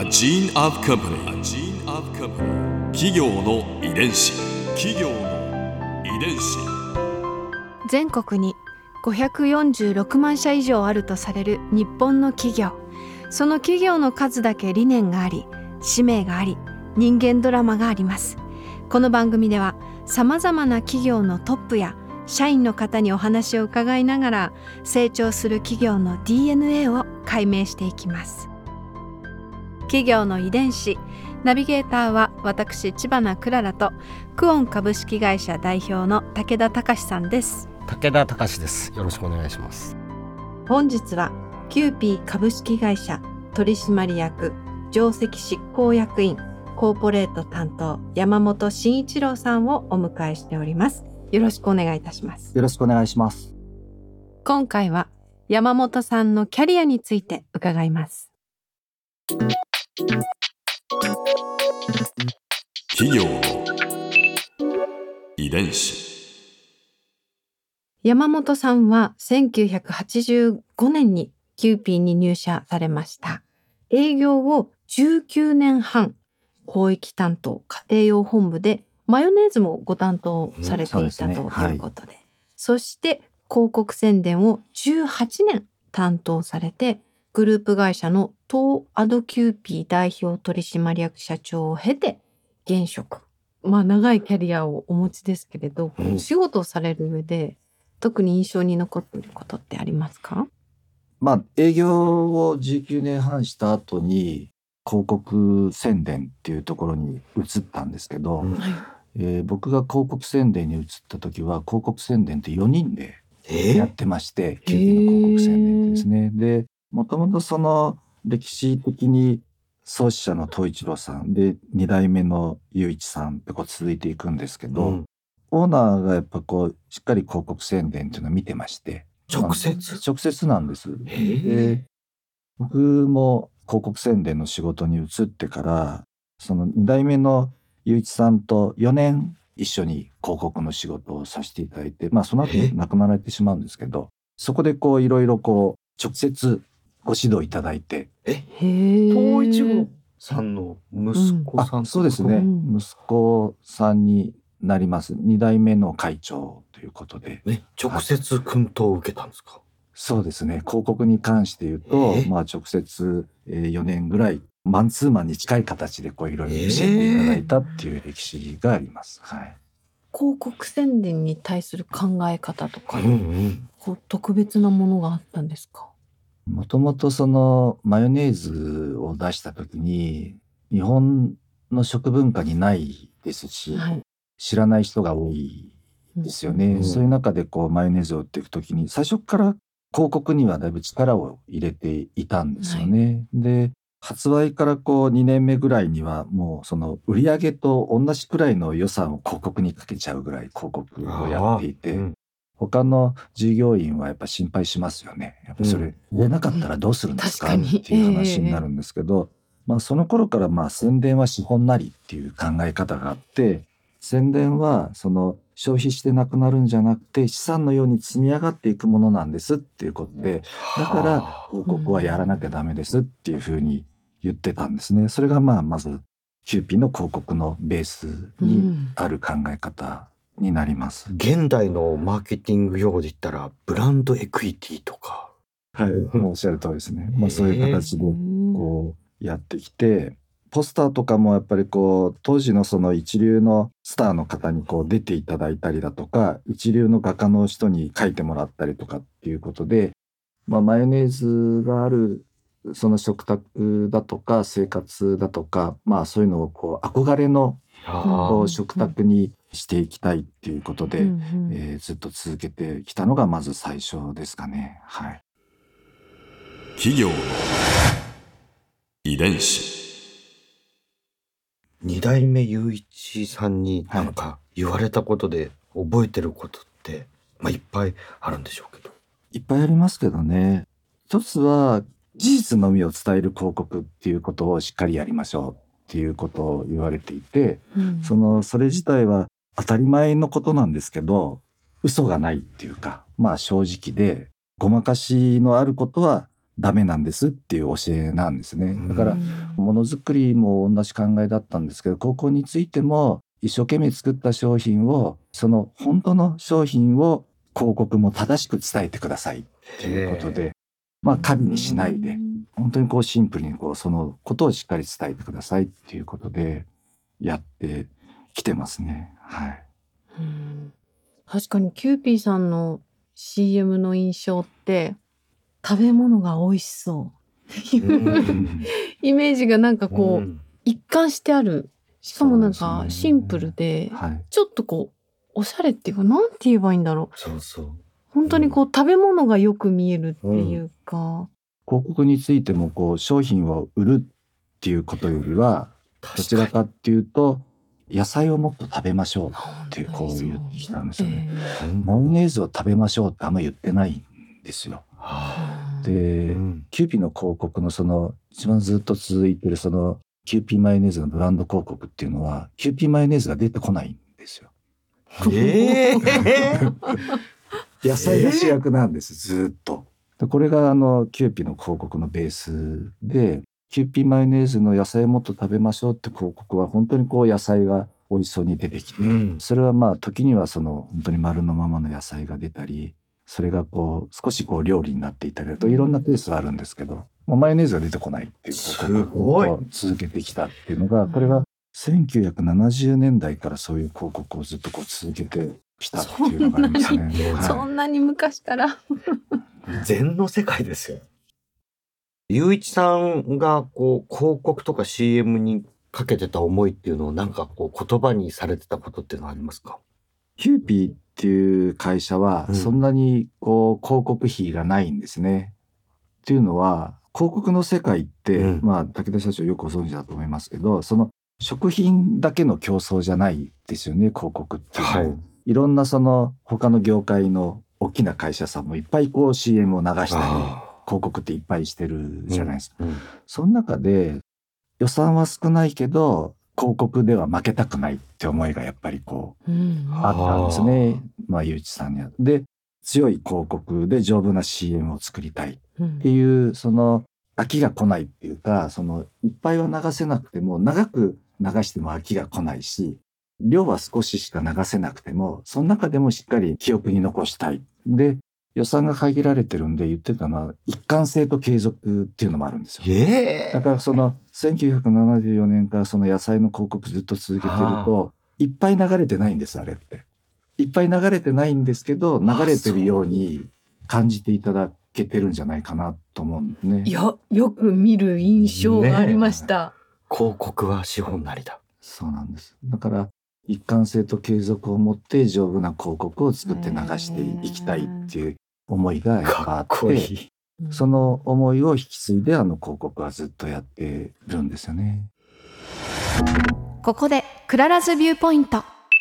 gene of company. A gene of company. 企業の遺伝子。企業の遺伝子。 全国に546万社以上あるとされる日本の企業。その企業の数だけ理念があり、使命があり、人間ドラマがあります。この番組ではさまざまな企業のトップや社員の方にお話を伺いながら、成長する企業の DNA を解明していきます。企業の遺伝子。ナビゲーターは私知花くららと、クオン株式会社代表の武田隆さんです。 武田隆です。よろしくお願いします。 本日はキューピー株式会社取締役上席執行役員コーポレート担当山本慎一郎さんをお迎えしております。よろしくお願いいたします。 よろしくお願いします。 今回は山本さんのキャリアについて伺います。 企業の遺伝子。 山本さんは1985年にキューピーに入社されました。営業を19年半、広域担当家庭用本部でマヨネーズもご担当されていたということで、そして広告宣伝を18年担当されて、グループ会社の東アドキューピー代表取締役社長を経て現職。長いキャリアをお持ちですけれど、仕事をされる上で特に印象に残っていることってありますか？ 営業を19年半した後に広告宣伝っていうところに移ったんですけど、僕が広告宣伝に移った時は広告宣伝って4人でやってまして、キューピーの広告宣伝ですね。で、もともとその歴史的に創始者の東一郎さんで2代目の雄一さんって続いていくんですけど、オーナーがやっぱしっかり広告宣伝っていうのを見てまして、直接なんです。で、僕も広告宣伝の仕事に移ってから、その2代目の雄一さんと4年一緒に広告の仕事をさせていただいて、その後亡くなられてしまうんですけど、そこでいろいろ直接ご指導いただいて。 東一郎さんの息子さん、 そうですね。息子さんになります。2代目の会長ということで。 直接薫陶を受けたんですか？ そうですね。広告に関して言うと、直接4年ぐらいマンツーマンに近い形でいろいろ教えていただいたっていう歴史があります。 広告宣伝に対する考え方とか、特別なものがあったんですか？ もともとそのマヨネーズを出した時に日本の食文化にないですし、知らない人が多いですよね。そういう中でマヨネーズを売っていく時に最初から広告にはだいぶ力を入れていたんですよね。で、発売から2年目ぐらいにはもうその売上と同じくらいの予算を広告にかけちゃうぐらい広告をやっていて、他の従業員はやっぱ心配しますよね。やっぱそれ売れなかったらどうするんですかっていう話になるんですけど、その頃から宣伝は資本なりっていう考え方があって、宣伝はその消費してなくなるんじゃなくて資産のように積み上がっていくものなんですっていうことで、だから広告はやらなきゃダメですっていうふうに言ってたんですね。それがまずキューピーの広告のベースにある考え方になります。 現代のマーケティング用語で言ったらブランドエクイティとか。 もうおっしゃる通りですね。そういう形でやってきて、ポスターとかもやっぱり当時のその一流のスターの方に出ていただいたりだとか、一流の画家の人に描いてもらったりとかっていうことで、マヨネーズがあるその食卓だとか生活だとか、そういうのを憧れの食卓にしていきたいっていうことで、ずっと続けてきたのがまず最初ですかね。 企業の遺伝子。 2代目雄一さんになんか言われたことで覚えてることって、いっぱいあるんでしょうけど。 いっぱいありますけどね。一つは事実のみを伝える広告っていうことをしっかりやりましょうっていうことを言われていて、それ自体は当たり前のことなんですけど、嘘がないっていうか、正直でごまかしのあることはダメなんですっていう教えなんですね。だからものづくりも同じ考えだったんですけど、高校についても一生懸命作った商品を、その本当の商品を広告も正しく伝えてくださいっていうことで、過敏にしないで本当にこうシンプルにこうそのことをしっかり伝えてくださいっていうことでやってきてますね。はい。 確かにキューピーさんの CM の印象って食べ物が美味しそうっていうイメージがなんかこう一貫してある。しかもなんかシンプルでちょっとこうおしゃれっていうか、なんて言えばいいんだろう。 そうそう。 本当にこう食べ物がよく見えるっていうか。 広告についてもこう商品を売るっていうことよりは、どちらかっていうと野菜をもっと食べましょうってこう言ってきたんですよね。マヨネーズを食べましょうってあんま言ってないんですよ。で、キューピーの広告のその一番ずっと続いてるそのキューピーマヨネーズのブランド広告っていうのは、キューピーマヨネーズが出てこないんですよ。野菜が主役なんです、ずっと。でこれがキューピーの広告のベースで、キューピーマヨネーズの野菜をもっと食べましょうって広告は本当にこう野菜が美味しそうに出てきて、それは時にはその本当に丸のままの野菜が出たり、それがこう少しこう料理になっていたりといろんなケースがあるんですけど、マヨネーズが出てこないっていう広告を続けてきたっていうのが、これが1970年代からそういう広告をずっとこう続けてきたっていうのがありますね。 そんなに昔から禅の世界ですよ。雄一さんがこう広告とか CM にかけてた思いっていうのをなんかこう言葉にされてたことっていうのはありますか？ キューピーっていう会社はそんなにこう広告費がないんですね。っていうのは、広告の世界って、武田社長よくご存知だと思いますけど、その食品だけの競争じゃないですよね、広告って。いろんなその他の業界の大きな会社さんもいっぱいこう CM を流したり、広告っていっぱいしてるじゃないですか。その中で予算は少ないけど広告では負けたくないって思いがやっぱりこう、あったんですね。雄一さんには。で、強い広告で丈夫な CM を作りたいっていう、その飽きが来ないっていうか、そのいっぱいは流せなくても長く流しても飽きが来ないし、量は少ししか流せなくてもその中でもしっかり記憶に残したい。で、予算が限られてるんで言ってたのは一貫性と継続っていうのもあるんですよ。だからその1974年からその野菜の広告ずっと続けてると、いっぱい流れてないんです、あれって。いっぱい流れてないんですけど、流れてるように感じていただけてるんじゃないかなと思うんですね。 いや、よく見る印象がありました。 広告は資本なりだ。 そうなんです。だから一貫性と継続を持って丈夫な広告を作って流していきたいっていう思いがやっぱあって、その思いを引き継いで広告はずっとやってるんですよね。 ここでクララズビューポイント。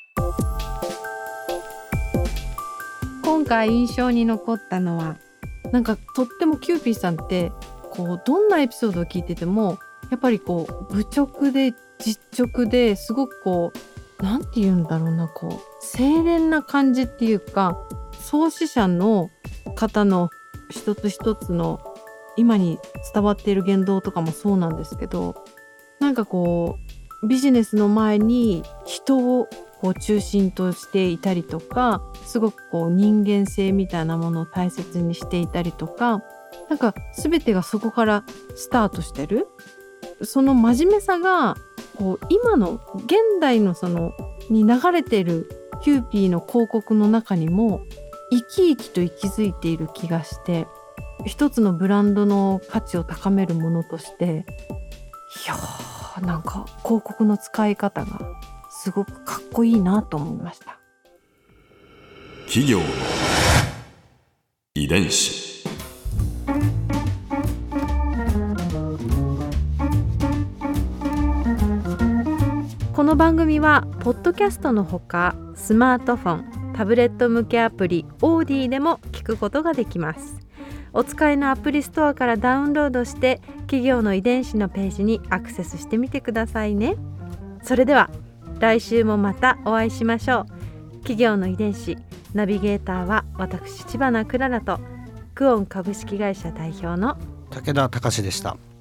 今回印象に残ったのは、なんかとってもキューピーさんってこうどんなエピソードを聞いててもやっぱりこう愚直で実直ですごくこうなんて言うんだろうな、こう清廉な感じっていうか、創始者の方の一つ一つの今に伝わっている言動とかもそうなんですけど、なんかこうビジネスの前に人をこう中心としていたりとか、すごくこう人間性みたいなものを大切にしていたりとか、なんか全てがそこからスタートしてる。その真面目さがこう今の現代のそのに流れているキューピーの広告の中にも生き生きと息づいている気がして、一つのブランドの価値を高めるものとして、いやー、なんか広告の使い方がすごくかっこいいなと思いました。 企業の遺伝子。 この番組はポッドキャストのほかスマートフォン、タブレット向けアプリオーディでも聞くことができます。お使いのアプリストアからダウンロードして企業の遺伝子のページにアクセスしてみてくださいね。それでは来週もまたお会いしましょう。企業の遺伝子ナビゲーターは私知花くららとクオン株式会社代表の武田隆でした。